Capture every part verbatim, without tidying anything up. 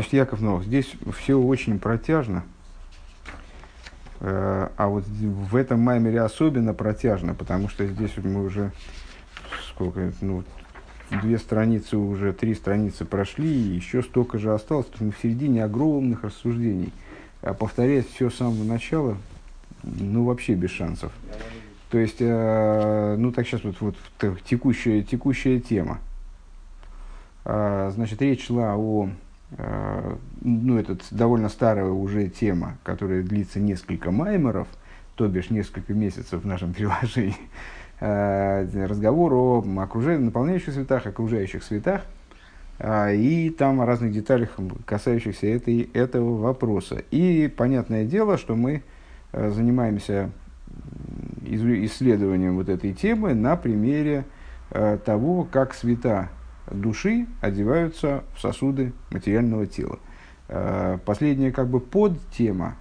Значит, Яков Новых, здесь все очень протяжно, э, а вот в этом маймере особенно протяжно, потому что здесь вот мы уже сколько, ну, две страницы уже, три страницы прошли, и еще столько же осталось, то есть мы в середине огромных рассуждений. А повторять все с самого начала, ну, вообще без шансов. То есть, э, ну, так сейчас вот, вот текущая, текущая тема. А, значит, речь шла о, э, ну, это довольно старая уже тема, которая длится несколько маймеров, то бишь несколько месяцев в нашем приложении. Э, разговор о окружающих, наполняющих светах, окружающих светах, э, и там о разных деталях, касающихся этой, этого вопроса. И понятное дело, что мы э, занимаемся исследованием вот этой темы на примере э, того, как света души одеваются в сосуды материального тела. Э, последняя как бы подтема,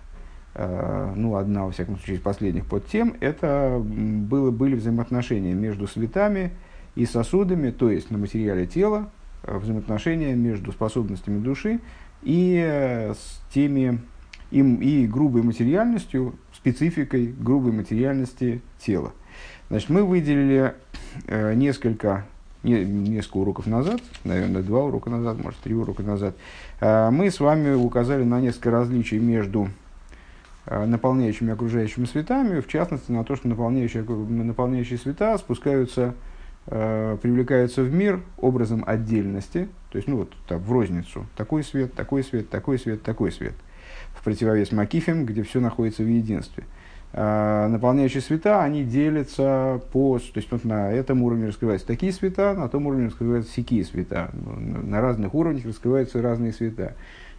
э, ну одна, во всяком случае, из последних подтем, это было, были взаимоотношения между светами и сосудами, то есть на материале тела, э, взаимоотношения между способностями души и э, с теми, им, и грубой материальностью, спецификой грубой материальности тела. Значит, мы выделили э, несколько, не, несколько уроков назад, наверное, два урока назад, может, три урока назад, э, мы с вами указали на несколько различий между э, наполняющими окружающими светами, в частности, на то, что наполняющие, наполняющие света спускаются, э, привлекаются в мир образом отдельности, то есть, ну вот, так, в розницу, такой свет, такой свет, такой свет, такой свет. В противовес Макифим, где все находится в единстве. А, наполняющие света, они делятся по... То есть, вот на этом уровне раскрываются такие света, на том уровне раскрываются сякие света. На разных уровнях раскрываются разные света.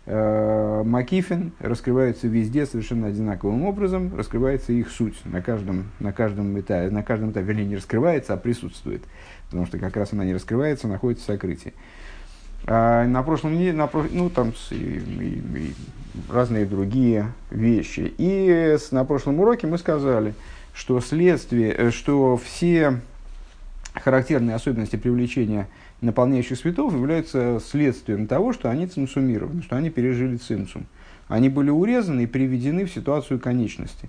А, Макифин раскрывается везде совершенно одинаковым образом, раскрывается их суть на каждом, на каждом этапе, на каждом этапе, вернее, не раскрывается, а присутствует. Потому что как раз она не раскрывается, находится в сокрытии. А на прошлом неделе, на, ну, там и, и, и разные другие вещи. И с, на прошлом уроке мы сказали, что следствие, что все характерные особенности привлечения наполняющих светов являются следствием того, что они цимсумированы, что они пережили цимсум. Они были урезаны и приведены в ситуацию конечности.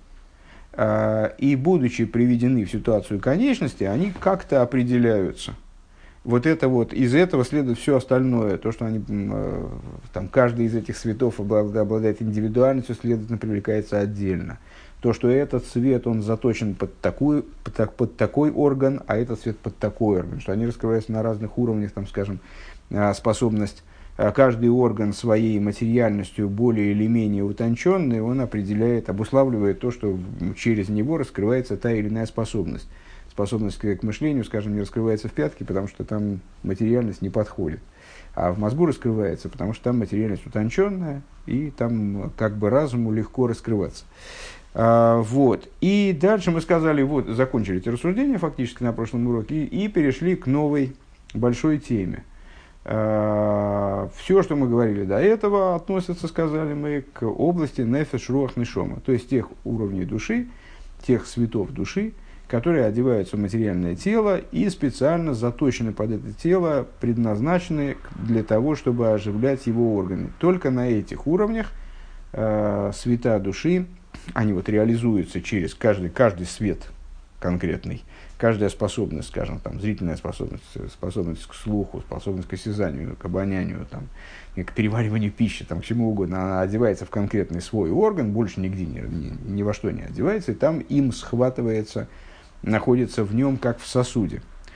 И будучи приведены в ситуацию конечности, они как-то определяются. Вот это вот, из этого следует все остальное. То, что они, там, каждый из этих цветов обладает индивидуальностью, следовательно, привлекается отдельно. То, что этот цвет, он заточен под такой, под, под такой орган, а этот цвет под такой орган. Что они раскрываются на разных уровнях, там, скажем, способность, каждый орган своей материальностью более или менее утонченный, он определяет, обуславливает то, что через него раскрывается та или иная способность. Способность к мышлению, скажем, не раскрывается в пятке, потому что там материальность не подходит. А в мозгу раскрывается, потому что там материальность утонченная, и там как бы разуму легко раскрываться. А, вот. И дальше мы сказали, вот, закончили эти рассуждения фактически на прошлом уроке, и, и перешли к новой большой теме. А, все, что мы говорили до этого, относится, сказали мы, к области нефеш руах нешома, то есть тех уровней души, тех светов души, которые одеваются в материальное тело и специально заточены под это тело, предназначены для того, чтобы оживлять его органы. Только на этих уровнях э, света души, они вот реализуются через каждый, каждый свет конкретный, каждая способность, скажем, там, зрительная способность, способность к слуху, способность к осязанию, к обонянию, там, к перевариванию пищи, там, к чему угодно, она одевается в конкретный свой орган, больше нигде ни, ни, ни во что не одевается, и там им схватывается, находится в нем как в сосуде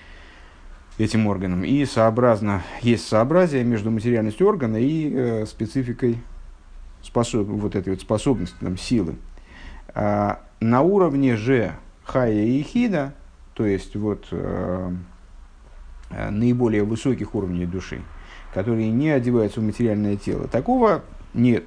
этим органом. И сообразно, есть сообразие между материальностью органа и э, спецификой способ, вот этой вот способности, там, силы. А, на уровне же хая и хида, то есть вот, э, наиболее высоких уровней души, которые не одеваются в материальное тело, такого нет.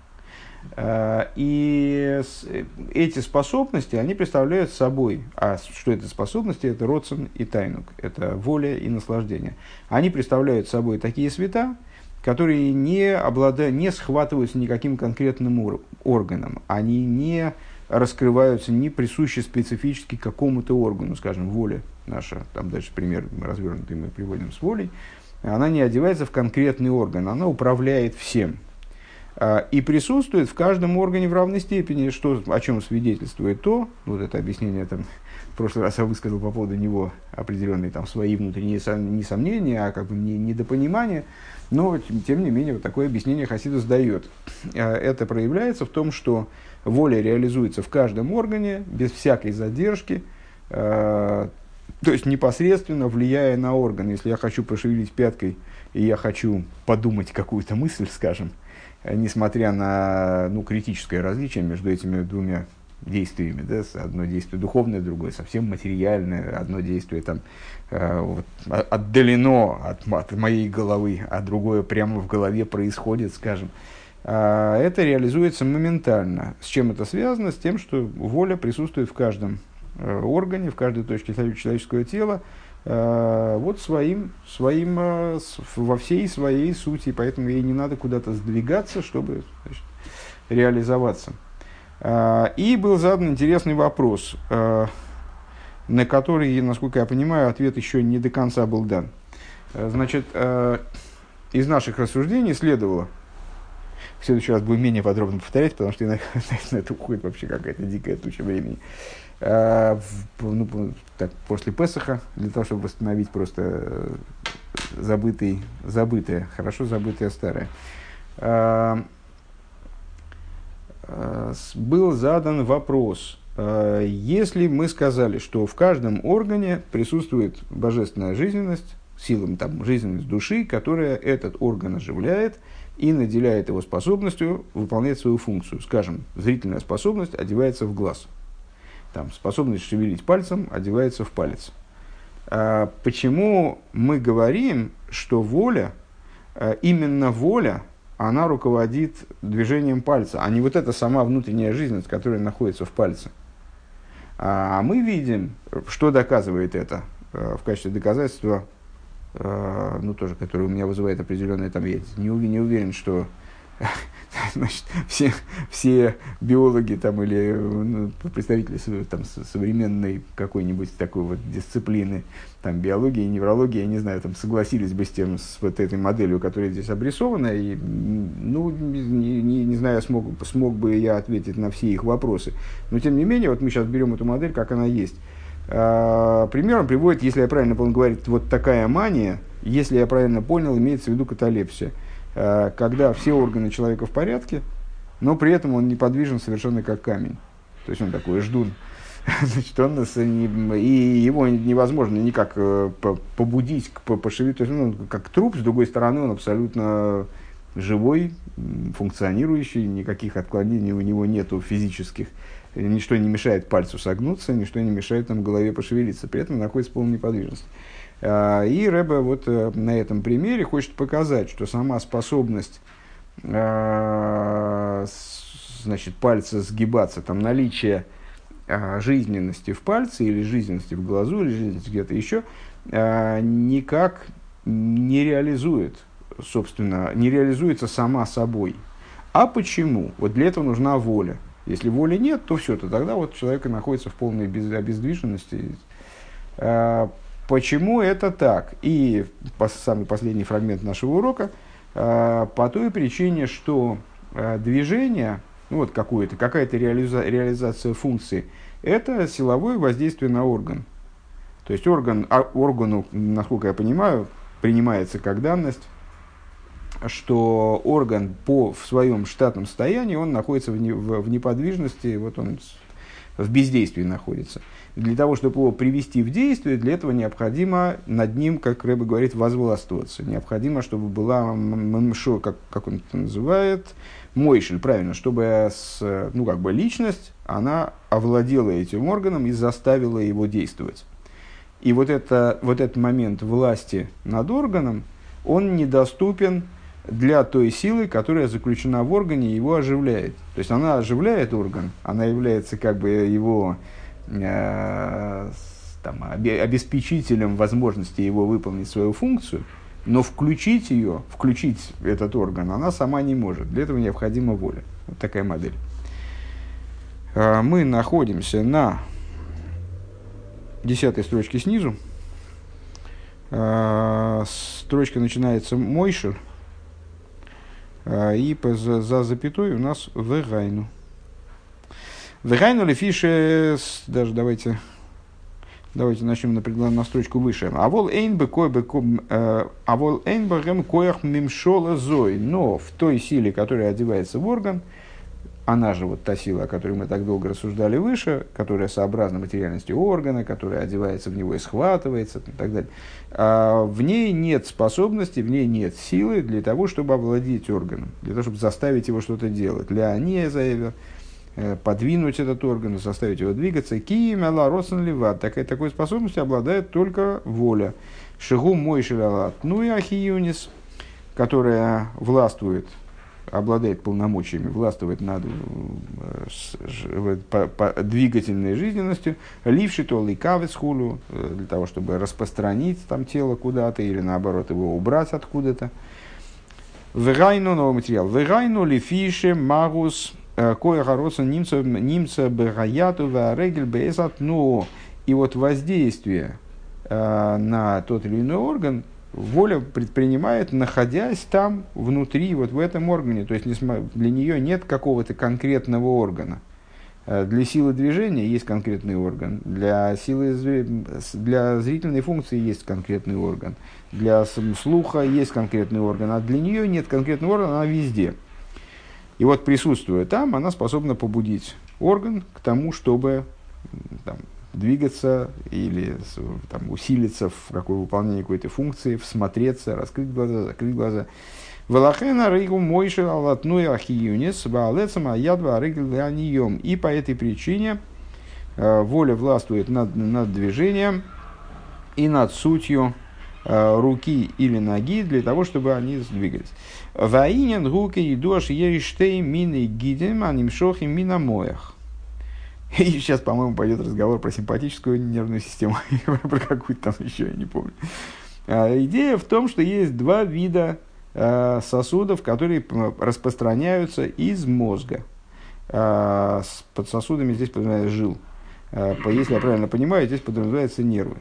И эти способности, они представляют собой, а что это способности? Это роцен и тайнук, это воля и наслаждение. Они представляют собой такие света, которые не, обладают, не схватываются никаким конкретным органом, они не раскрываются, не присущи специфически какому-то органу, скажем, воля наша, там дальше пример развернутый мы приводим с волей, она не одевается в конкретный орган, она управляет всем. И присутствует в каждом органе в равной степени, что, о чем свидетельствует то, вот это объяснение, там, в прошлый раз я высказал по поводу него определенные там, свои внутренние не сомнения, а как бы не, недопонимание, но тем не менее вот такое объяснение Хасидус дает. Это проявляется в том, что воля реализуется в каждом органе без всякой задержки, то есть непосредственно влияя на орган. Если я хочу пошевелить пяткой, и я хочу подумать какую-то мысль, скажем, несмотря на ну, критическое различие между этими двумя действиями, да, одно действие духовное, другое совсем материальное, одно действие там, э, вот, отдалено от, от моей головы, а другое прямо в голове происходит, скажем. А это реализуется моментально. С чем это связано? С тем, что воля присутствует в каждом э, органе, в каждой точке человеческого тела, вот своим, своим, во всей своей сути, поэтому ей не надо куда-то сдвигаться, чтобы, значит, реализоваться. И был задан интересный вопрос, на который, насколько я понимаю, ответ еще не до конца был дан. Значит, из наших рассуждений следовало, в следующий раз будем менее подробно повторять, потому что на, на это уходит вообще какая-то дикая туча времени. Uh, в, ну, так, после Песаха, для того, чтобы восстановить просто забытый, забытое, хорошо забытое старое. Uh, uh, был задан вопрос, uh, если мы сказали, что в каждом органе присутствует божественная жизненность, сила, там, жизненность души, которая этот орган оживляет и наделяет его способностью выполнять свою функцию. Скажем, зрительная способность одевается в глаз. Там, способность шевелить пальцем одевается в палец. А почему мы говорим, что воля, именно воля, она руководит движением пальца, а не вот эта сама внутренняя жизненность, которая находится в пальце? А мы видим, что доказывает это в качестве доказательства, ну, тоже, которое у меня вызывает определенное, там, я не уверен, не уверен что значит, все, все биологи там, или ну, представители там, современной какой-нибудь такой вот дисциплины, там, биологии, неврологии, я не знаю, там, согласились бы с тем, с вот этой моделью, которая здесь обрисована, и, ну, не, не, не знаю, смог, смог бы я ответить на все их вопросы, но, тем не менее, вот мы сейчас берем эту модель, как она есть. А, примером приводит, если я правильно понял, говорит, вот такая мания, если я правильно понял, имеется в виду каталепсия, когда все органы человека в порядке, но при этом он неподвижен совершенно как камень. То есть он такой ждун. Значит, он, и его невозможно никак побудить, пошевелить. То есть он как труп, с другой стороны он абсолютно живой, функционирующий, никаких отклонений у него нету физических. Ничто не мешает пальцу согнуться, ничто не мешает там, голове пошевелиться. При этом находится в полной неподвижности. И Ребе вот на этом примере хочет показать, что сама способность, значит, пальца сгибаться, там, наличие жизненности в пальце или жизненности в глазу, или жизненности где-то еще, никак не реализует, собственно, не реализуется сама собой. А почему? Вот для этого нужна воля. Если воли нет, то все, то тогда вот человек находится в полной обездвиженности. Почему это так? И самый последний фрагмент нашего урока, по той причине, что движение, ну вот какое-то, какая-то реализа, реализация функции, это силовое воздействие на орган. То есть орган, органу, насколько я понимаю, принимается как данность, что орган по, в своем штатном состоянии, он находится в, не, в, в неподвижности, вот он в бездействии находится. Для того, чтобы его привести в действие, для этого необходимо над ним, как Ребе говорит, возвластвоваться. Необходимо, чтобы была, мшо, как, как он это называет, мойшель, правильно, чтобы с, ну, как бы личность, она овладела этим органом и заставила его действовать. И вот, это, вот этот момент власти над органом, он недоступен для той силы, которая заключена в органе и его оживляет. То есть она оживляет орган, она является как бы его э, там, обеспечителем возможности его выполнить свою функцию, но включить ее, включить этот орган, она сама не может. Для этого необходима воля. Вот такая модель. Мы находимся на десятой строчке снизу. Строчка начинается «Мойшер». И за, за запятой у нас вегайну. Вегайну ли фише, даже давайте, давайте начнем на, на строчку выше. Авол эйн бы кой бы авол эйн бы гэм коях мимшола зой. Но в той силе, которая одевается в орган, она же вот та сила, о которой мы так долго рассуждали выше, которая сообразна материальности органа, которая одевается в него и схватывается и так далее, а в ней нет способности, в ней нет силы для того, чтобы овладеть органом, для того, чтобы заставить его что-то делать. Для ания заявил, подвинуть этот орган, заставить его двигаться. Ки мела росан ливат. Такой, такой способностью обладает только воля. Шигу мой шилалат. Ну и ахиюнис, которая властвует, обладает полномочиями, властвует над по, по, двигательной жизненностью, ливши то ликавец хулю, для того, чтобы распространить там тело куда-то или наоборот его убрать откуда-то. Вегайну новый материал. Вегайну лифише магус кое гороса немца немца бегаяту варегель беэсат. Но и вот воздействие э, на тот или иной орган воля предпринимает, находясь там, внутри, вот в этом органе. То есть для нее нет какого-то конкретного органа. Для силы движения есть конкретный орган. Для, силы, для зрительной функции есть конкретный орган. Для слуха есть конкретный орган. А для нее нет конкретного органа, она везде. И вот присутствуя там, она способна побудить орган к тому, чтобы там, двигаться или там, усилиться в какое выполнение какой-то функции, всмотреться, раскрыть глаза, закрыть глаза. Валахена рейгу мойши алатной ахиюнис ваалецам аядва регулянием. И по этой причине э, воля властвует над, над движением и над сутью э, руки или ноги для того, чтобы они сдвигались. Ваинен руки и дош ериштей мины гидем анимшохи минамоях. И сейчас, по-моему, пойдет разговор про симпатическую нервную систему, про какую-то там еще, я не помню. А, идея в том, что есть два вида а, сосудов, которые распространяются из мозга. А, с, под сосудами здесь подразумевается жил. А, по, если я правильно понимаю, здесь подразумеваются нервы.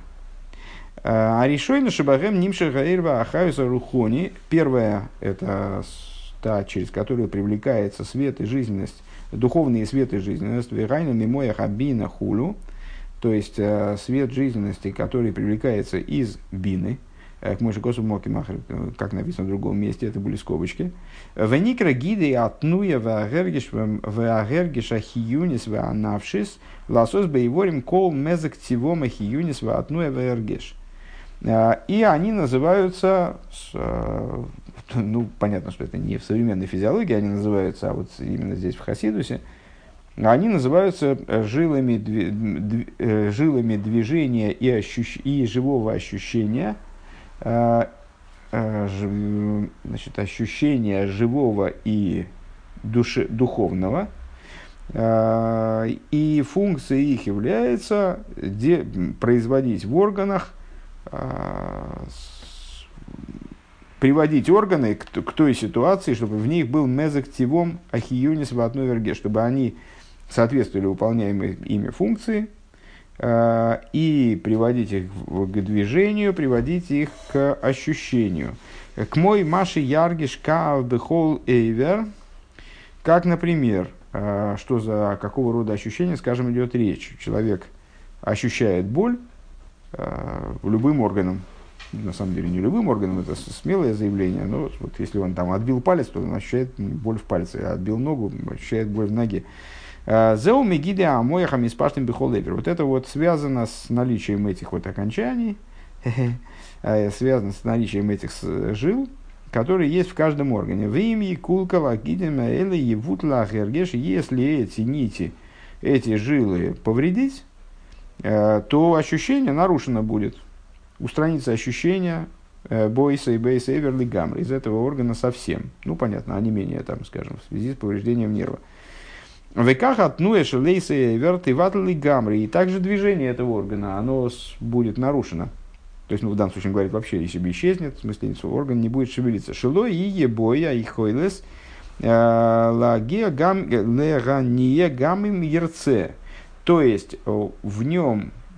А решойно шабагэм нимша гаэрва ахаюса рухони. Первая – это та, через которую привлекается свет и жизненность, духовные свет и жизненность, вегайна мимоя хабина хулю, то есть э, свет жизненности, который привлекается из бины, к мойши косу моки махер, как написано в другом месте, это были скобочки. Веникра гиды атнуя веагергиш ахиюнис веанавшис, ласос бейворим кол мезек тивом ахиюнис веатнуя веагергиш. И они называются, ну, понятно, что это не в современной физиологии они называются, а вот именно здесь в Хасидусе, они называются жилами, жилами движения и, ощущ, и живого ощущения, значит, ощущения живого и души, духовного, и функцией их является де, производить в органах, приводить органы к, к той ситуации, чтобы в них был мезактивом ахиюнис в одной верге, чтобы они соответствовали выполняемой ими функции, э, и приводить их в, к движению, приводить их к ощущению. К мой маши яргиш каав бехол эйвер, как, например, э, что за какого рода ощущения, скажем, идет речь. Человек ощущает боль э, любым органом. На самом деле не любым органом, это смелое заявление, но вот если он там отбил палец, то он ощущает боль в пальце, а отбил ногу, ощущает боль в ноге. Зеу мегиде амояхам испаштим бихолевер. Вот это вот связано с наличием этих вот окончаний, связано с наличием этих жил, которые есть в каждом органе. Вимьи, кулка, лакидем, эле, евутла, хергеш. Если эти нити, эти жилы повредить, то ощущение нарушено будет. Устранится ощущение бойса и бейса эверли гамри из этого органа совсем. Ну, понятно, онемение, там, скажем, в связи с повреждением нерва. Веках отнуешь лейса эверт и ватли гамри. И также движение этого органа, оно будет нарушено. То есть, ну, в данном случае говорит вообще, если бы исчезнет, в смысле, орган не будет шевелиться. Шило и ебоя и хойлес лаге гам легание гамим ерце. То есть, в нем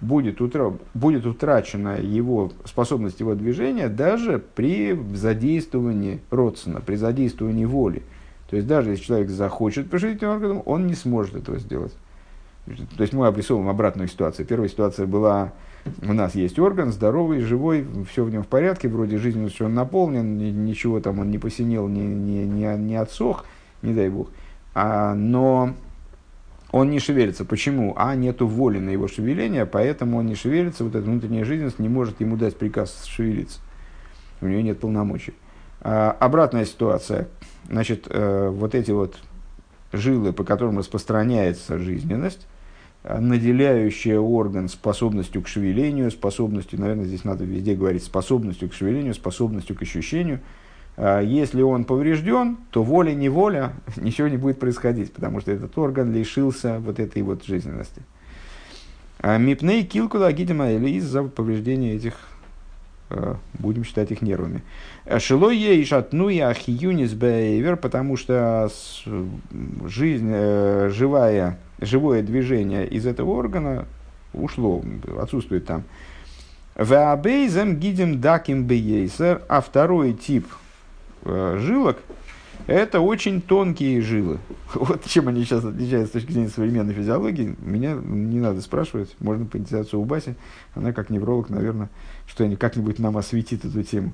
будет, утра, будет утрачена его способность его движения даже при задействовании родствена, при задействовании воли. То есть даже если человек захочет пошевелить органом, он не сможет этого сделать. То есть мы обрисовываем обратную ситуацию. Первая ситуация была: у нас есть орган, здоровый, живой, все в нем в порядке, вроде жизненностью он наполнен, ничего там он не посинел, не, не, не, не отсох, не дай бог. А, но он не шевелится. Почему? А нету воли на его шевеление, поэтому он не шевелится, вот эта внутренняя жизненность не может ему дать приказ шевелиться. У него нет полномочий. А, обратная ситуация. Значит, э, вот эти вот жилы, по которым распространяется жизненность, наделяющая орган способностью к шевелению, способностью, наверное, здесь надо везде говорить, способностью к шевелению, способностью к ощущению. Если он поврежден, то воля-неволя ничего не будет происходить, потому что этот орган лишился вот этой вот жизненности. Мипней килкула гидима или из-за повреждения этих, будем считать их нервами. Шилое и шатнуя ахиюнис бэйвер, потому что жизнь, живая, живое движение из этого органа ушло, отсутствует там. Ваабейзем гидим даким бейсер, а второй тип жилок — это очень тонкие жилы. Вот чем они сейчас отличаются с точки зрения современной физиологии, меня не надо спрашивать, можно поинтересоваться у Баси, она как невролог, наверное, что-нибудь как-нибудь нам осветит эту тему.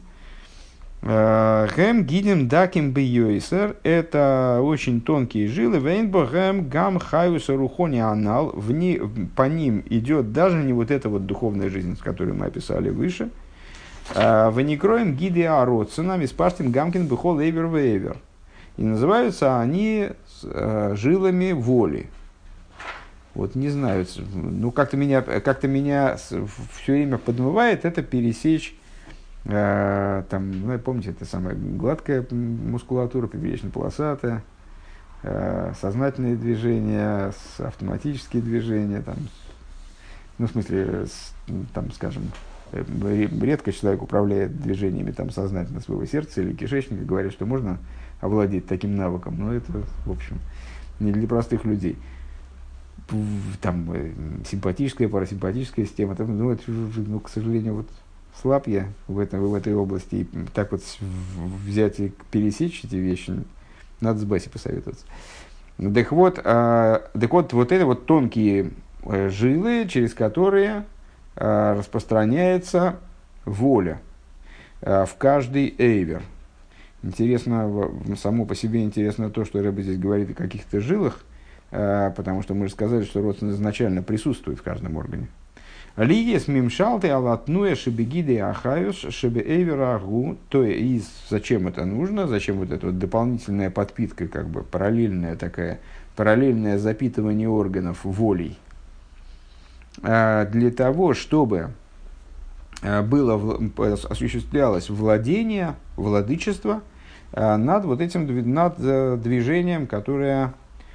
Гэм гидим даким бейсер — это очень тонкие жилы. Вейнбо гэм гам хаюса рухони анал, по ним идет даже не вот эта вот духовная жизнь, которую мы описали выше. В некроем гиды ароцинами спаштим гамкин бихол эвер вейвер. И называются они жилами воли. Вот не знаю, ну как-то меня, как-то меня все время подмывает это пересечь. Там, ну, помните, это самая гладкая мускулатура, поперечно-полосатая, сознательные движения, автоматические движения, там, ну, в смысле, там, скажем, редко человек управляет движениями там, сознательно своего сердца или кишечника, говорят, что можно овладеть таким навыком, но это, в общем, не для простых людей. Там симпатическая, парасимпатическая система, там, ну, это, ну, к сожалению, вот слаб я в, этом, в этой области, и так вот взять и пересечь эти вещи, надо с Баси посоветоваться. Так вот, э, так вот, вот это вот тонкие жилы, через которые э, распространяется воля э, в каждый эйвер. Интересно, само по себе интересно то, что Рэбе здесь говорит о каких-то жилах, э, потому что мы же сказали, что родственность изначально присутствует в каждом органе. Лиес мимшалты алатнуя шебегиды ахаюс шебеэверагу. То есть, зачем это нужно? Зачем вот эта вот дополнительная подпитка, как бы параллельная такая, параллельное запитывание органов волей? Для того, чтобы было, осуществлялось владение, владычество над вот этим, над движением, которое,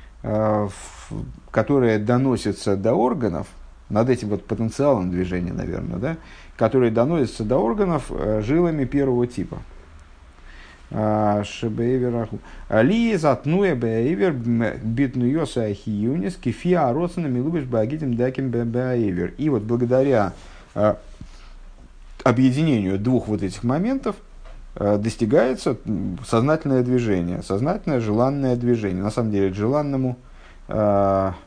которое доносится до органов, над этим вот потенциалом движения, наверное, да, который доносится до органов жилами первого типа. Шебеевераху. Ли затнуя беевер битнуёса ахиюнис кефия родственными любишь багитим даким беевер. И вот благодаря объединению двух вот этих моментов достигается сознательное движение, сознательное желанное движение. На самом деле, к желанному, к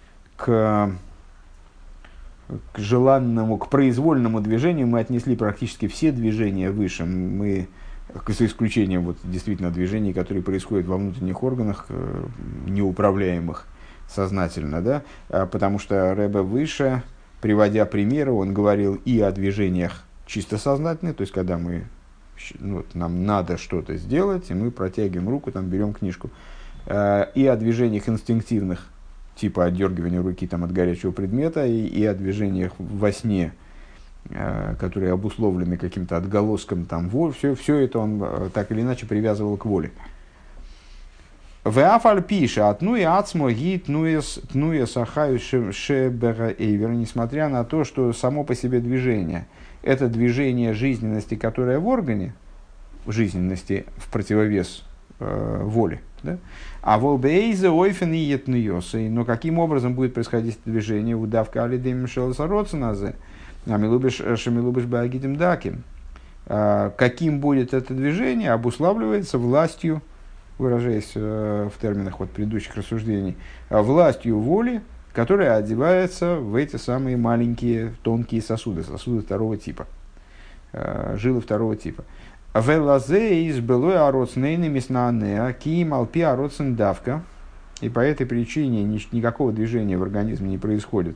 к желанному, к произвольному движению мы отнесли практически все движения выше. Мы, за исключением вот, действительно движений, которые происходят во внутренних органах, неуправляемых сознательно, да? Потому что Рэбе выше, приводя примеры, он говорил и о движениях чисто сознательных, то есть когда мы, ну, вот, нам надо что-то сделать, и мы протягиваем руку, там, берем книжку, и о движениях инстинктивных, типа отдергивания руки там, от горячего предмета, и, и о движениях во сне, э, которые обусловлены каким-то отголоском там, воль, все, все это он э, так или иначе привязывал к воле. Веафаль пиша от ну и ацмо ги тнуя сахаю шебера эйвер, несмотря на то, что само по себе движение — это движение жизненности, которое в органе, жизненности в противовес э, воле, Да? А волбейзе ойфен и етнуйосы. Но каким образом будет происходить это движение? Удавка алидем мишелса роценазе. А милубиш шамилубиш баагидим даким. Каким будет это движение, обуславливается властью, выражаясь в терминах вот предыдущих рассуждений, властью воли, которая одевается в эти самые маленькие тонкие сосуды, сосуды второго типа, жилы второго типа. Велазе из белой ароцнейны мяснанеа киим алпи ароцен давка. И по этой причине никакого движения в организме не происходит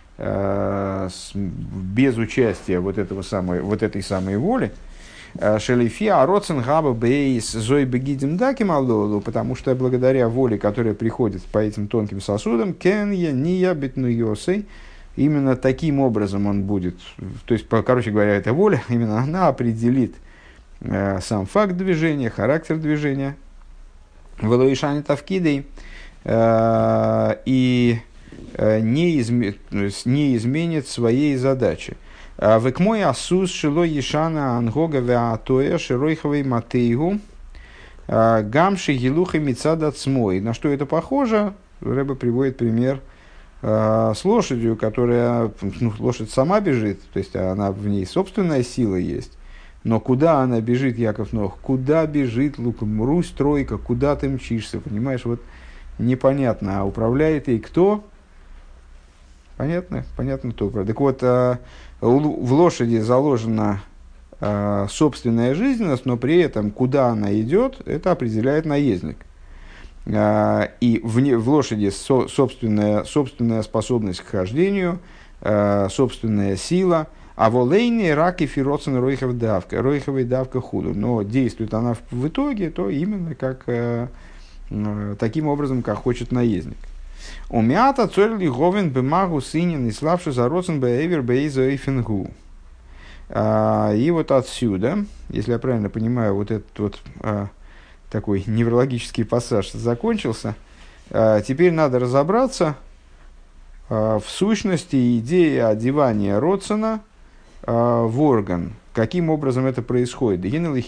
без участия вот, этого самой, вот этой самой воли. Шелифи ароцен габа бейс зой бегидим даким аллолу, потому что благодаря воле, которая приходит по этим тонким сосудам, кен я ния битнуйосей, именно таким образом он будет, то есть, короче говоря, эта воля, именно она определит э, сам факт движения, характер движения, велоишани тавкидей, э, и э, не, изме, не изменит своей задачи. Век мой асус шило ешана ангога веатоя широйховой матейгу гамши гилухи мицадат смой. На что это похоже? Рэбе приводит пример э, с лошадью, которая, ну, лошадь сама бежит, то есть она, в ней собственная сила есть. Но куда она бежит, Яков Нох? Куда бежит луком? Русь, тройка, куда ты мчишься? Понимаешь, вот непонятно. А управляет ей кто? Понятно? Понятно, кто управляет. Так вот, э, в лошади заложена э, собственная жизненность, но при этом, куда она идет, это определяет наездник. Э, и в, не, в лошади со, собственная, собственная способность к хождению, э, собственная сила, а волейни раки фироцен ройхов давка, ройховой давка худу. Но действует она в, в итоге, то именно как, э, э, таким образом, как хочет наездник. Умята цорли говен бемагу синин и славшу зароцен бэйвер бэйзэйфингу. И вот отсюда, если я правильно понимаю, вот этот вот а, такой неврологический пассаж закончился, а, теперь надо разобраться а, в сущности идеи одевания Роцена а, в орган. Каким образом это происходит?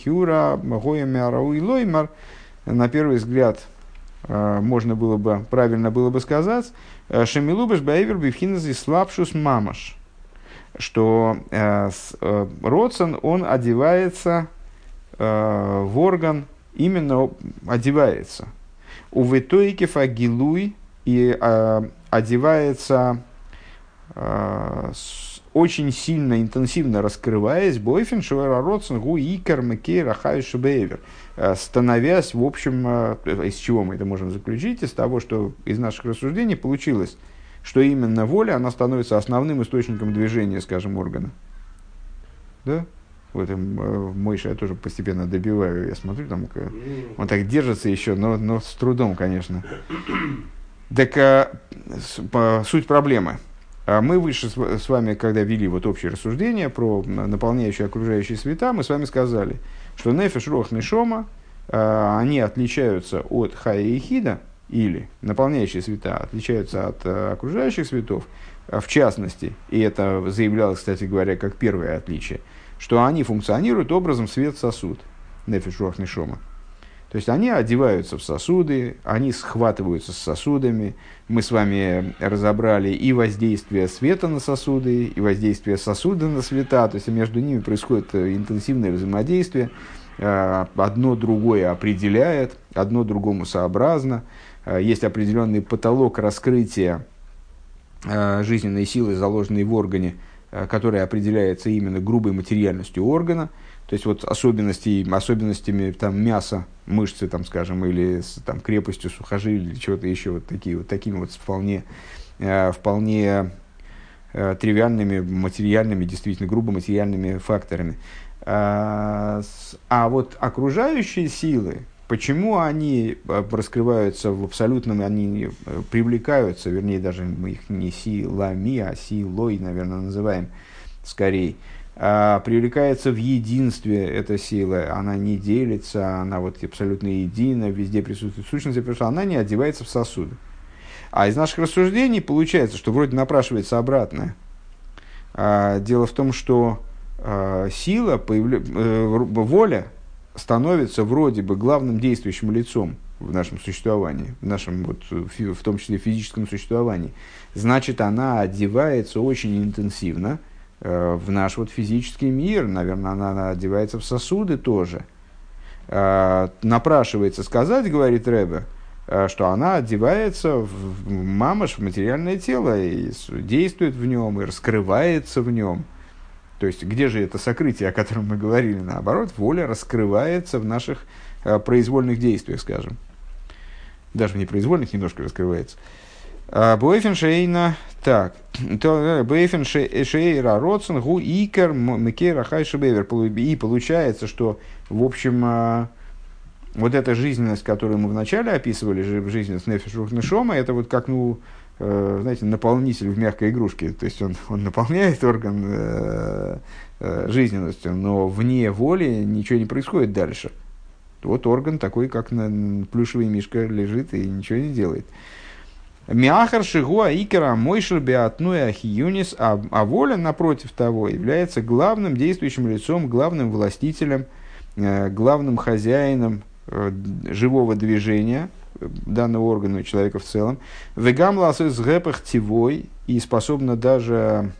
На первый взгляд, можно было бы, правильно было бы сказать, «Шемилубеш баэвер бифхинези слабшус мамаш», что э, э, Роцен, он одевается э, в орган, именно одевается. У витоике фагилуй, и э, одевается э, с, очень сильно, интенсивно раскрываясь, бойфен шуэра Роцен гу икер мекей рахай шубэвер, становясь, в общем, из чего мы это можем заключить? Из того, что из наших рассуждений получилось, что именно воля, она становится основным источником движения, скажем, органа. Да? В этом Мойше я тоже постепенно добиваю, я смотрю, там, он так держится еще, но, но с трудом, конечно. Так а, с, суть проблемы. Мы выше с вами, когда вели вот общее рассуждение про наполняющие окружающие света, мы с вами сказали, что нефеш, рох, нешома, они отличаются от хая и хида, или наполняющие света отличаются от окружающих светов, в частности, и это заявлялось, кстати говоря, как первое отличие, что они функционируют образом свет-сосуд, нефеш, рох, нешома. То есть они одеваются в сосуды, они схватываются с сосудами. Мы с вами разобрали и воздействие света на сосуды, и воздействие сосуда на света. То есть между ними происходит интенсивное взаимодействие. Одно другое определяет, одно другому сообразно. Есть определенный потолок раскрытия жизненной силы, заложенной в органе, который определяется именно грубой материальностью органа. То есть вот особенности, особенностями там, мяса, мышцы, там, скажем, или с там, крепостью сухожилий, или чего-то еще, вот такие, вот такими вот вполне, э, вполне э, тривиальными, материальными, действительно грубо материальными факторами. А, с, а вот окружающие силы, почему они раскрываются в абсолютном, они привлекаются, вернее, даже мы их не силами, а силой, наверное, называем скорее, привлекается в единстве эта сила, она не делится, она вот абсолютно едина, везде присутствует сущность, потому что она не одевается в сосуды. А из наших рассуждений получается, что вроде напрашивается обратное. Дело в том, что сила, появля... воля становится вроде бы главным действующим лицом в нашем существовании, в нашем, вот, в том числе физическом существовании, значит, она одевается очень интенсивно э, в наш вот физический мир. Наверное, она, она одевается в сосуды тоже. Э, напрашивается сказать, говорит Ребе, э, что она одевается в мамаш, в материальное тело, и действует в нем, и раскрывается в нем. То есть, где же это сокрытие, о котором мы говорили? Наоборот, воля раскрывается в наших э, произвольных действиях, скажем. Даже в непроизвольных немножко раскрывается. Бойфен шейна, так, бойфен шейра родсен гу икер мекера хайшебевер. И получается, что, в общем, вот эта жизненность, которую мы вначале описывали, жизненность нефеш рух нешома, это вот как, ну, знаете, наполнитель в мягкой игрушке. То есть он, он наполняет орган э, э, жизненностью, но вне воли ничего не происходит дальше. Вот орган такой, как на плюшевый мишка, лежит и ничего не делает. Миахар шигуа икера мойшер беатнуя ахиюнис, а воля, напротив того, является главным действующим лицом, главным властителем, главным хозяином живого движения данного органа у человека в целом. Вегам ласы с гэпах тивой, и способна даже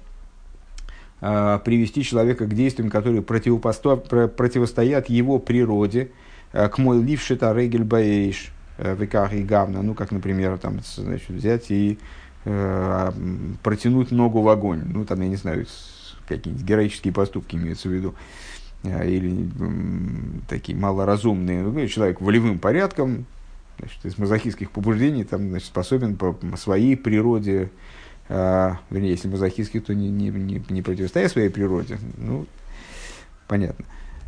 привести человека к действиям, которые противостоят его природе, к мой лившита регель баэйш веках и гавна, ну, как, например, там, значит, взять и э, протянуть ногу в огонь. Ну, там, я не знаю, какие-нибудь героические поступки имеются в виду. Или э, такие малоразумные. Ну, человек волевым порядком, значит, из мазохистских побуждений, там, значит, способен по своей природе, э, вернее, если мазохистский, то не, не, не, не противостоя своей природе. Ну, понятно.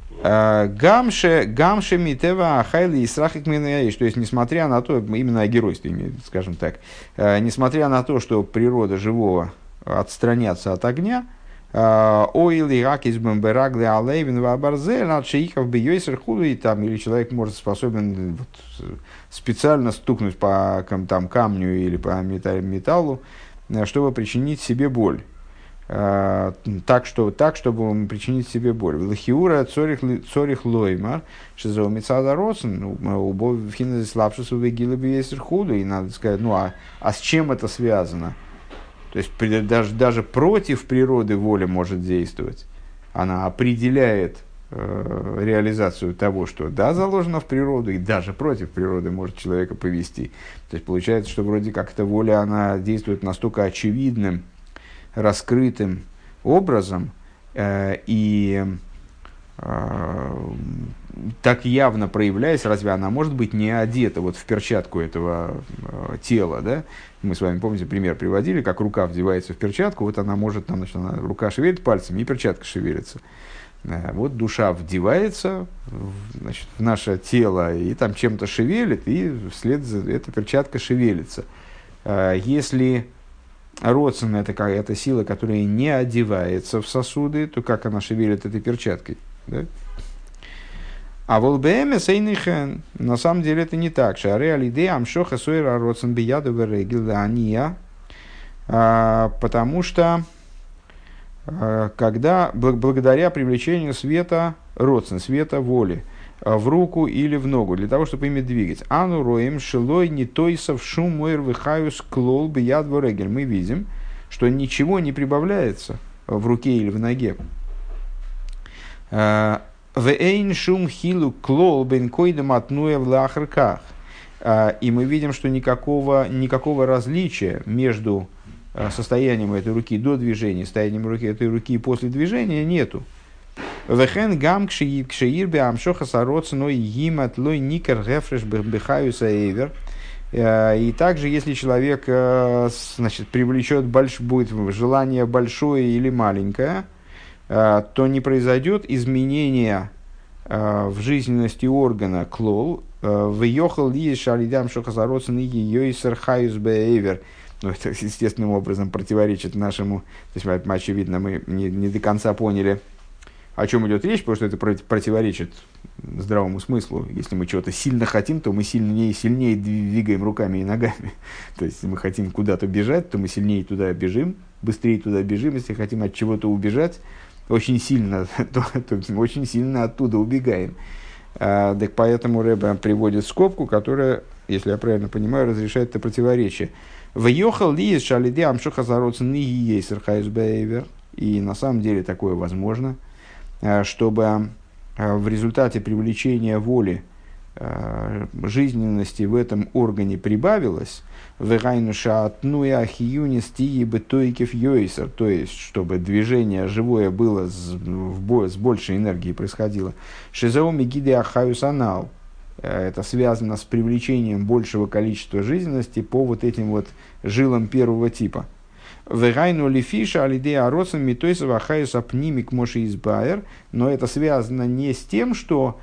Гамше, гамше митева хайли и страхик минаиш. То есть, несмотря на то, именно о геройстве, скажем так, несмотря на то, что природа живого отстраняться от огня, ойли ракис бамберагли алейвин вабарзель надшиихов бьёйсер худу, и там, или человек может способен вот, специально стукнуть по там, камню или по металлу, чтобы причинить себе боль. Так, что, так, чтобы причинить себе боль. Лахиура цорих лоймар, шизо мецада родсен, убой в хинезе слабшису вегилы бьесер худу. И надо сказать, ну а, а с чем это связано? То есть даже, даже против природы воля может действовать. Она определяет э, реализацию того, что да, заложено в природу, и даже против природы может человека повести. То есть получается, что вроде как эта воля, она действует настолько очевидным, раскрытым образом э, и э, так явно проявляясь, разве она может быть не одета вот в перчатку этого э, тела, да? Мы с вами, помните, пример приводили, как рука вдевается в перчатку, вот она может, там, значит, она, рука шевелит пальцами, и перчатка шевелится. Э, вот душа вдевается в, значит, в наше тело, и там чем-то шевелит, и вслед за эта перчатка шевелится. Э, если родствен — это какая-то сила, которая не одевается в сосуды, то как она шевелит этой перчаткой? Да? А волбеме сейнихен, на самом деле это не так. Шаре алиде амшоха сойра родствен бияду верегил ания, потому что когда благодаря привлечению света родствен, света воли, в руку или в ногу, для того, чтобы ими двигать. Ану роем шилой не тойсов шум мойр выхаюс клол бияд ворегель. Мы видим, что ничего не прибавляется в руке или в ноге. Вэйн шум хилу клол бен койдам атнуя в лахарках. И мы видим, что никакого, никакого различия между состоянием этой руки до движения, состоянием руки этой руки после движения нету. Вехен гам кшеир бе амшоха сароц ной гимат лой никер гефреш бехаюса эйвер. И также, если человек, значит, привлечет больш, будет желание большое или маленькое, то не произойдет изменения в жизненности органа клол. В йохал ли шалидам шоха сароц ной йойсер хаюс бе эйвер. Ну, это естественным образом противоречит нашему, то есть, очевидно, мы не, не до конца поняли, о чем идет речь, потому что это противоречит здравому смыслу. Если мы чего-то сильно хотим, то мы сильнее и сильнее двигаем руками и ногами. То есть, если мы хотим куда-то бежать, то мы сильнее туда бежим, быстрее туда бежим. Если хотим от чего-то убежать очень сильно, то, то очень сильно оттуда убегаем. А, так поэтому Рэбе приводит скобку, которая, если я правильно понимаю, разрешает это противоречие. «Вьехал ли из шалиде амшуха зароцен и ейсер хайсбейвер». И на самом деле такое возможно, чтобы в результате привлечения воли жизненности в этом органе прибавилось, то есть, чтобы движение живое было с, в, с большей энергией происходило. Это связано с привлечением большего количества жизненности по вот этим вот жилам первого типа. Но это связано не с тем, что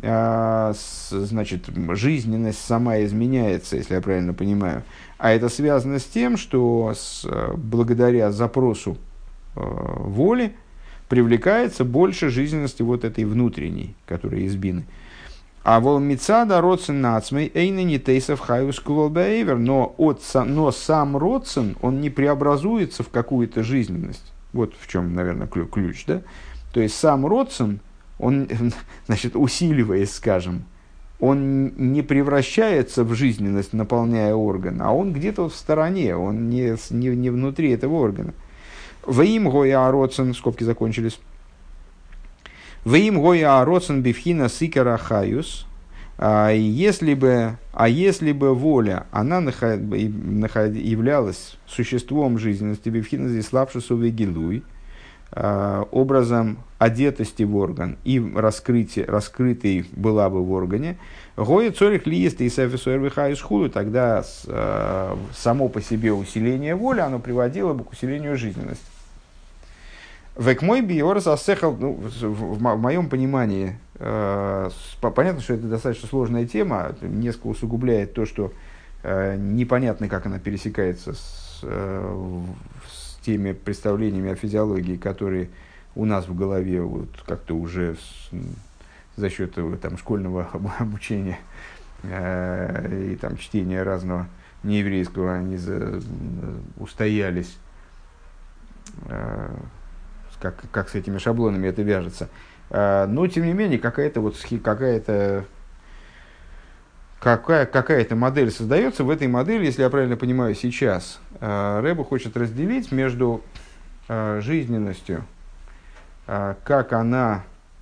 значит, жизненность сама изменяется, если я правильно понимаю, а это связано с тем, что с, благодаря запросу э, воли привлекается больше жизненности вот этой внутренней, которая из бины. А волмицада родсен нацмей эйна не тейсов хайус кулолбаэвер, но от но сам родсен, он не преобразуется в какую-то жизненность. Вот в чем, наверное, ключ, да? То есть сам родсен, он, значит, усиливаясь, скажем, он не превращается в жизненность, наполняя орган, а он где-то вот в стороне, он не, не, не внутри этого органа. Ваим гоя ароцен, скобки закончились. Ваим гоя ароцен бифхина сикара хаюс. Если бы, а если бы воля, она наход, наход, являлась существом жизненности, бифхина здесь слабшусу вегилуй, образом одетости в орган и раскрытия, раскрытой была бы в органе, гоя цорих ли есть и сафисуэрвихаюс хулу, тогда э, само по себе усиление воли, оно приводило бы к усилению жизненности. Век мой биорас асехал, ну, в, в, в моем понимании, э, понятно, что это достаточно сложная тема, несколько усугубляет то, что э, непонятно, как она пересекается с, э, с теми представлениями о физиологии, которые у нас в голове вот, как-то уже с, за счет там, школьного обучения э, и там, чтения разного нееврейского, они за, устоялись, э, как, как с этими шаблонами это вяжется. Э, но, тем не менее, какая-то, вот, какая-то, какая, какая-то модель создается. В этой модели, если я правильно понимаю, сейчас э, Рэбе хочет разделить между э, жизненностью, как она,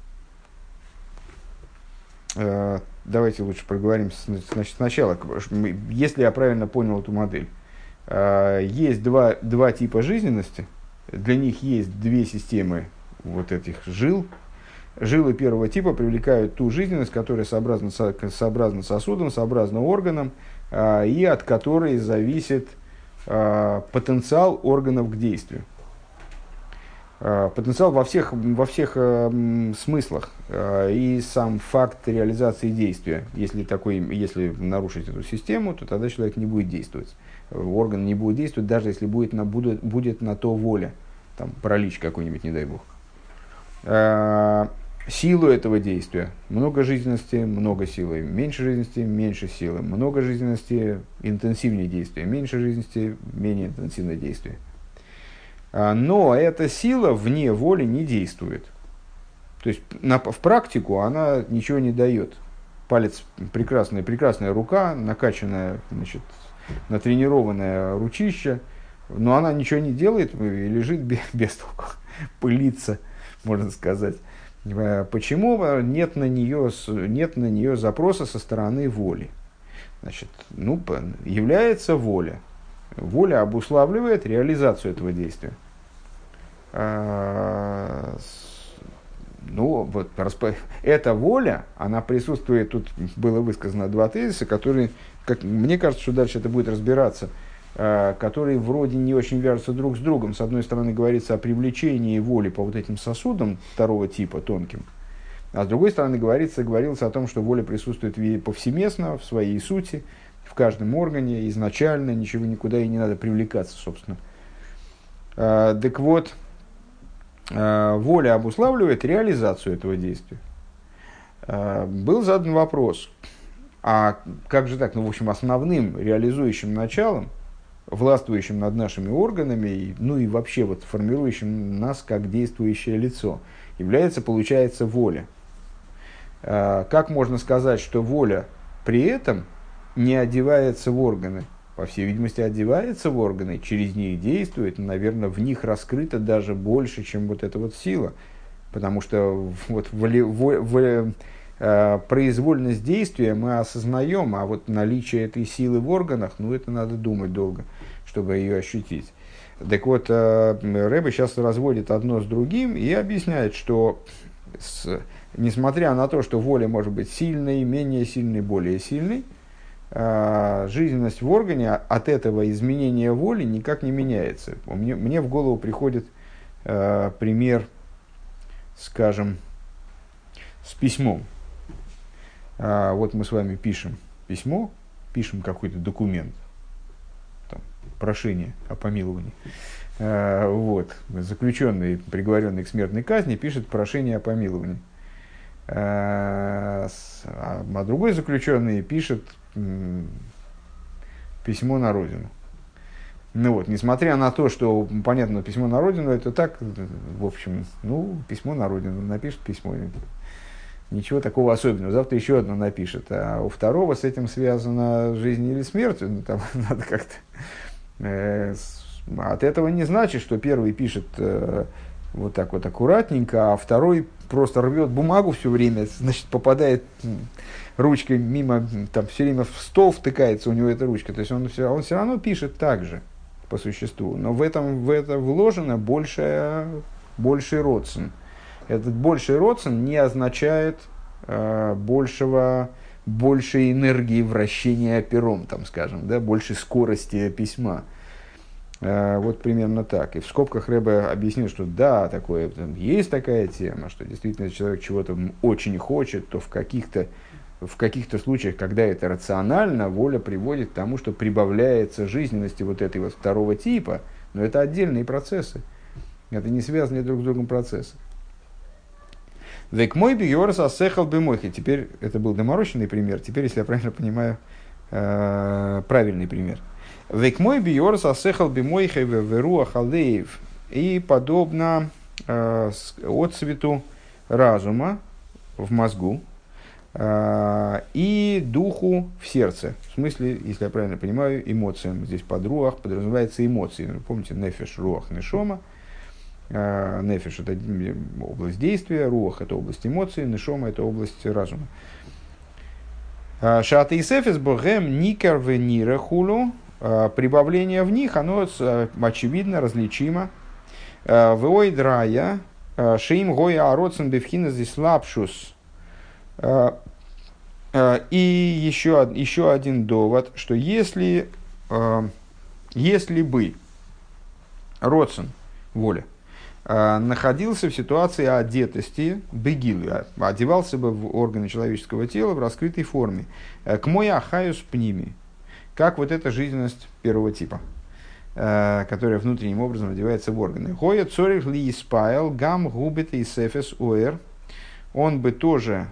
давайте лучше проговорим значит, сначала, если я правильно понял эту модель. Есть два, два типа жизненности, для них есть две системы вот этих жил. Жилы первого типа привлекают ту жизненность, которая сообразна, сообразна сосудом, сообразна органам, и от которой зависит потенциал органов к действию. Потенциал во всех, во всех э, смыслах э, и сам факт реализации действия. Если, такой, если нарушить эту систему, то тогда человек не будет действовать. Орган не будет действовать, даже если будет на, будет, будет на то воля. Там, паралич какой-нибудь, не дай бог. Э, силу этого действия. Много жизненности, много силы. Меньше жизненности, меньше силы. Много жизненности, интенсивнее действия. Меньше жизненности, менее интенсивное действие. Но эта сила вне воли не действует. То есть на, в практику она ничего не дает. Палец прекрасная, прекрасная рука, накачанная, значит, натренированная ручища, но она ничего не делает и лежит без, без толку, пылится, можно сказать. Почему нет на нее, нет на нее запроса со стороны воли? Значит, ну, является воля. Воля обуславливает реализацию этого действия. А, ну, вот, эта воля, она присутствует, тут было высказано два тезиса, которые, как, мне кажется, что дальше это будет разбираться, а, которые вроде не очень вяжутся друг с другом. С одной стороны, говорится о привлечении воли по вот этим сосудам второго типа, тонким, а с другой стороны, говорится, говорилось о том, что воля присутствует повсеместно, в своей сути, в каждом органе, изначально, ничего никуда и не надо привлекаться, собственно. А, так вот, а, воля обуславливает реализацию этого действия. А, был задан вопрос, а как же так, ну, в общем, основным реализующим началом, властвующим над нашими органами, ну и вообще вот формирующим нас как действующее лицо, является, получается, воля. Как можно сказать, что воля при этом не одевается в органы? По всей видимости, одевается в органы, через них действует, наверное, в них раскрыто даже больше, чем вот эта вот сила. Потому что вот воли, воли, воли, э, произвольность действия мы осознаем, а вот наличие этой силы в органах, ну, это надо думать долго, чтобы ее ощутить. Так вот, э, Рэбе сейчас разводит одно с другим и объясняет, что с, несмотря на то, что воля может быть сильной, менее сильной, более сильной, жизненность в органе от этого изменения воли никак не меняется. Мне, мне в голову приходит э, пример, скажем, с письмом. А, вот мы с вами пишем письмо, пишем какой-то документ, там, прошение о помиловании. А, вот, заключенный, приговоренный к смертной казни, пишет прошение о помиловании. А, а другой заключенный пишет письмо на родину. Ну вот, несмотря на то, что, понятно, письмо на родину, это так, в общем, ну, письмо на родину, напишет письмо, ничего такого особенного. Завтра еще одно напишет, а у второго с этим связана жизнь или смерть, ну, там надо как-то... Э, от этого не значит, что первый пишет э, вот так вот аккуратненько, а второй просто рвет бумагу все время, значит, попадает ручкой мимо, там все время в стол втыкается у него эта ручка. То есть он все, он все равно пишет так же, по существу. Но в этом в это вложено большее, больший родствен. Этот больший родствен не означает э, большего, большей энергии вращения пером, там, скажем, да, большей скорости письма. Э, вот примерно так. И в скобках Рэбе объяснил, что да, такое, там, есть такая тема, что действительно, если человек чего-то очень хочет, то в каких-то В каких-то случаях, когда это рационально, воля приводит к тому, что прибавляется жизненности вот этой вот второго типа, но это отдельные процессы. Это не связанные друг с другом процессы. Век мой бьёрс асехал бемойхи. Теперь, это был доморощенный пример, теперь, если я правильно понимаю, правильный пример. Век мой бьёрс асехал бемойхи веруа халеев. И подобно отцвету разума в мозгу, и духу в сердце. В смысле, если я правильно понимаю, эмоциям. Здесь под руах подразумевается эмоции. Помните, нефеш, руах, нешома. Нефеш – это область действия, руах – это область эмоций, нешома – это область разума. Шааты и сефес богем никар в нира хулу. Прибавление в них, оно очевидно, различимо. Веойдрая шеим гоя ароцен бевхина здесь лапшус. И еще, еще один довод, что если, если бы родствен, воля, находился в ситуации одетости, бегилы, одевался бы в органы человеческого тела в раскрытой форме, к мой ахаюс пними, как вот эта жизненность первого типа, которая внутренним образом одевается в органы. Гоя цорих ли испайл гам губит и сефес уэр, он бы тоже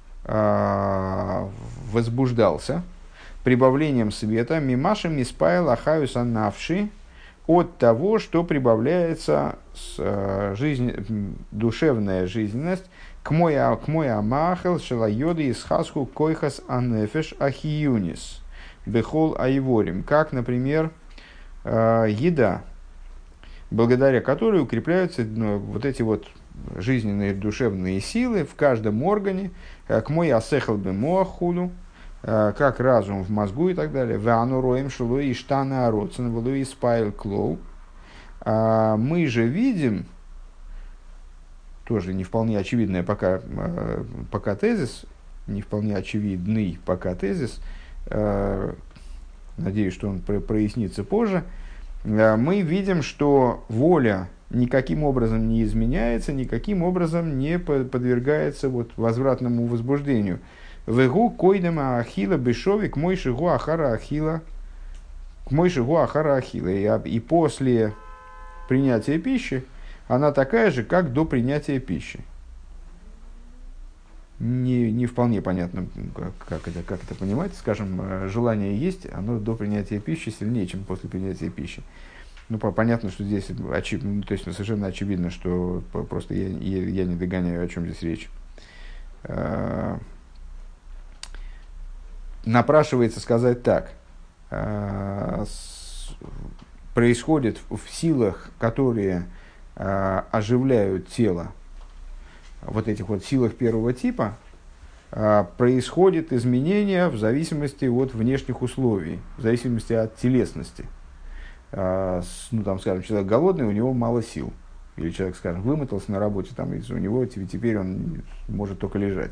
возбуждался прибавлением света мимашем испайл ахаюс анавши, от того, что прибавляется с, жизнь, душевная жизненность к мой амахел шелайоды из хасху койхас анефеш ахиюнис бехол айворим, как, например, еда, благодаря которой укрепляются, ну, вот эти вот жизненные душевные силы в каждом органе, к мой асехал бе моахулю, как разум в мозгу и так далее. Вану роем шелу и штана ароцен валу и спайл клоу. Мы же видим, тоже не вполне очевидная пока, пока тезис, не вполне очевидный пока тезис, надеюсь, что он прояснится позже, мы видим, что воля никаким образом не изменяется, никаким образом не подвергается вот возвратному возбуждению. Вегу койдема ахила бешови к мойшигу ахара ахила, к мойшигу ахара ахила. И после принятия пищи она такая же, как до принятия пищи. Не, не вполне понятно, как это, как это понимать. Скажем, желание есть, оно до принятия пищи сильнее, чем после принятия пищи. Ну, понятно, что здесь очевидно, то есть совершенно очевидно, что просто я, я, я не догоняю, о чем здесь речь. э, напрашивается сказать так. Э, с, происходит в силах, которые э, оживляют тело, вот этих вот силах первого типа, э, происходит изменение в зависимости от внешних условий, в зависимости от телесности. Э, с, ну, там, скажем, человек голодный, у него мало сил. Или человек, скажем, вымотался на работе, там, и у него теперь он может только лежать.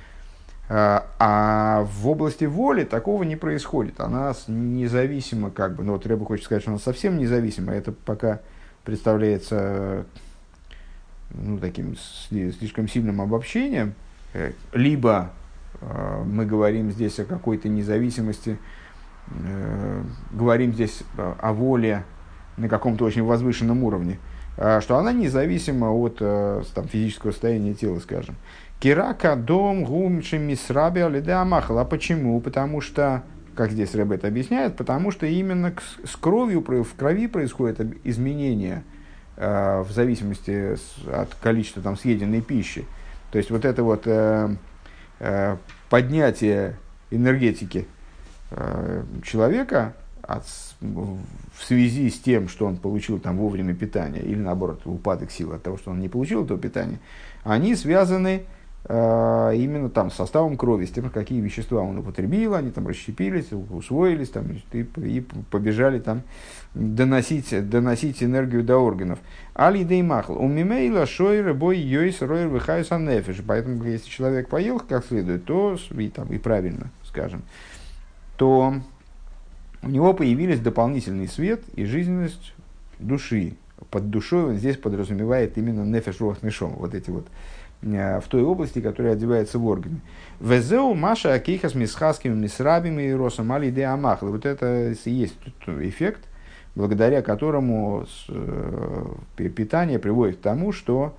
А в области воли такого не происходит. Она независима, как бы, ну вот Рэбе хочет сказать, что она совсем независима. Это пока представляется ну, таким слишком сильным обобщением. Либо э, мы говорим здесь о какой-то независимости, э, говорим здесь о воле на каком-то очень возвышенном уровне, э, что она независима от э, там, физического состояния тела, скажем. Кирака дом гумчи мисраби алидеамахал. А почему? Потому что, как здесь Рэбе это объясняет, потому что именно с кровью, в крови происходят изменения э, в зависимости от количества там, съеденной пищи. То есть вот это вот э, э, поднятие энергетики э, человека от, в связи с тем, что он получил там, вовремя питание, или наоборот упадок сил от того, что он не получил этого питания, они связаны именно там с составом крови, с тем, какие вещества он употребил, они там расщепились, усвоились там, и, и побежали там доносить, доносить энергию до органов. Али деймахл. У мимейла шойры бой йойс ройр выхаюс аннефиш. Поэтому, если человек поел как следует, то и, там, и правильно, скажем, то у него появились дополнительный свет и жизненность души. Под душой он здесь подразумевает именно нефеш руах нешом. Вот эти вот в той области, которая одевается в органы. Везеу маша акейхас мисхаскими мисрабими и росом али де амахлы. Вот это и есть эффект, благодаря которому питание приводит к тому, что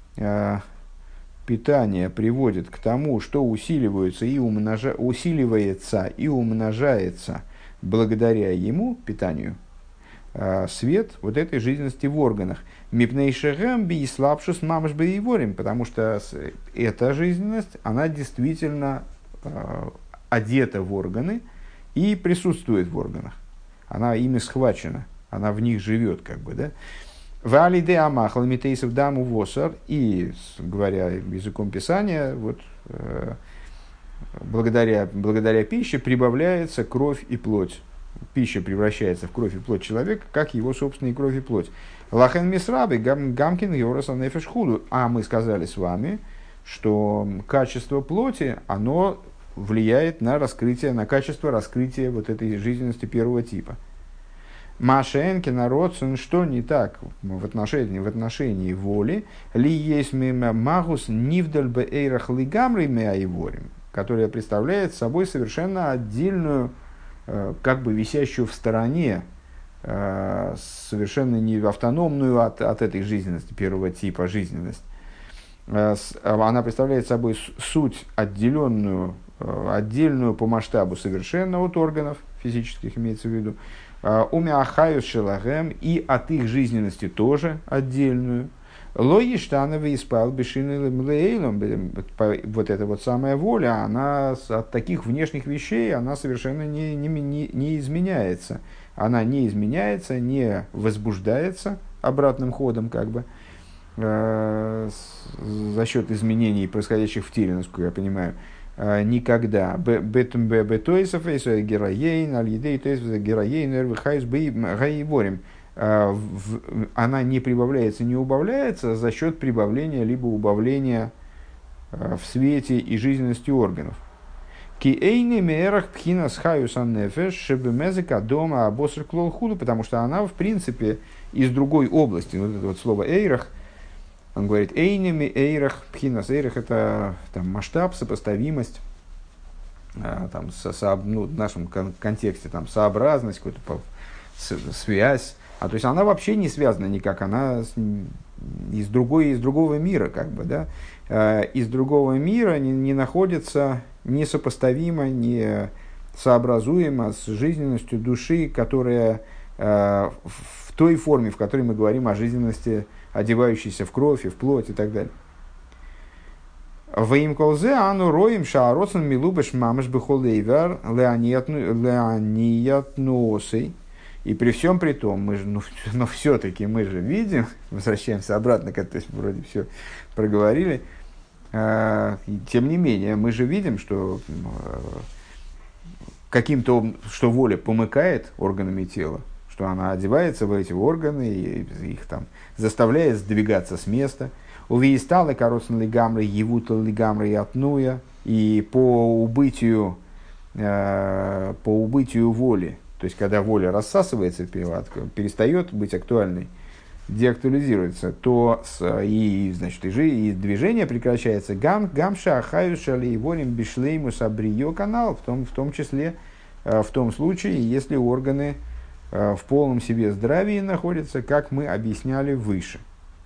питание приводит к тому, что усиливается и умножа, усиливается и умножается благодаря ему, питанию, свет вот этой жизненности в органах. Мипнейшегем би слабшус мамаш боеворим, потому что эта жизненность, она действительно э, одета в органы и присутствует в органах. Она ими схвачена, она в них живет, как бы, да. Вали де амахал митейсов даму восар, и, говоря языком Писания, вот, э, благодаря, благодаря пище прибавляется кровь и плоть. Пища превращается в кровь и плоть человека, как его собственная кровь и плоть. Лахен мисрабы гамкин йораса нефеш худу. А мы сказали с вами, что качество плоти, оно влияет на раскрытие, на качество раскрытия вот этой жизненности первого типа. Машенки, народцин, что не так в отношении, в отношении воли, ли есть мимо магус нивдаль бе эйрах лигамри меаиворим, которая представляет собой совершенно отдельную, как бы висящую в стороне, совершенно не автономную от, от этой жизненности, первого типа жизненность. Она представляет собой суть отделенную, отдельную по масштабу совершенно от органов физических, имеется в виду, умяхаю шелагем, и от их жизненности тоже отдельную. Лоиштановый испал бешиным лейлом. Вот эта вот самая воля, она от таких внешних вещей, она совершенно не, не, не, не изменяется. Она не изменяется, не возбуждается обратным ходом, как бы, э, за счет изменений, происходящих в теле, насколько я понимаю, э, никогда. Бетум бетойсов, героейн, аль-едей, то есть героейн, эрвихайс, гаиворим. Она не прибавляется, не убавляется за счет прибавления либо убавления в свете и жизненности органов. Потому что она, в принципе, из другой области. Вот это вот слово «эйрах», он говорит «эйнеми эйрах пхинас». «Эйрах» — это там, масштаб, сопоставимость, там, со, со, ну, в нашем кон- контексте там, сообразность, какая-то связь. А то есть она вообще не связана никак, она из, другой, из другого мира, как бы, да, из другого мира не, не находится несопоставимо, не сообразуемо с жизненностью души, которая э, в той форме, в которой мы говорим о жизненности, одевающейся в кровь и в плоть и так далее. Ваим колзе ану роим шаароцен милубеш мамаш бихолейвер леониятносей. И при всем при том, мы же, ну, но все-таки мы же видим, возвращаемся обратно к этому, вроде все проговорили, э, тем не менее, мы же видим, что э, каким-то, что воля помыкает органами тела, что она одевается в эти органы и их там заставляет сдвигаться с места. Увиисталы коротсон лигамры, евутал лигамры и отнуя, и по убытию, э, по убытию воли, то есть, когда воля рассасывается, перестает быть актуальной, деактуализируется, то с, и, значит, и, жи, и движение прекращается. Гам, гамша, ахаюшали, и волим, бишлейму, сабриё канал, в том, в том числе, в том случае, если органы в полном себе здравии находятся, как мы объясняли выше.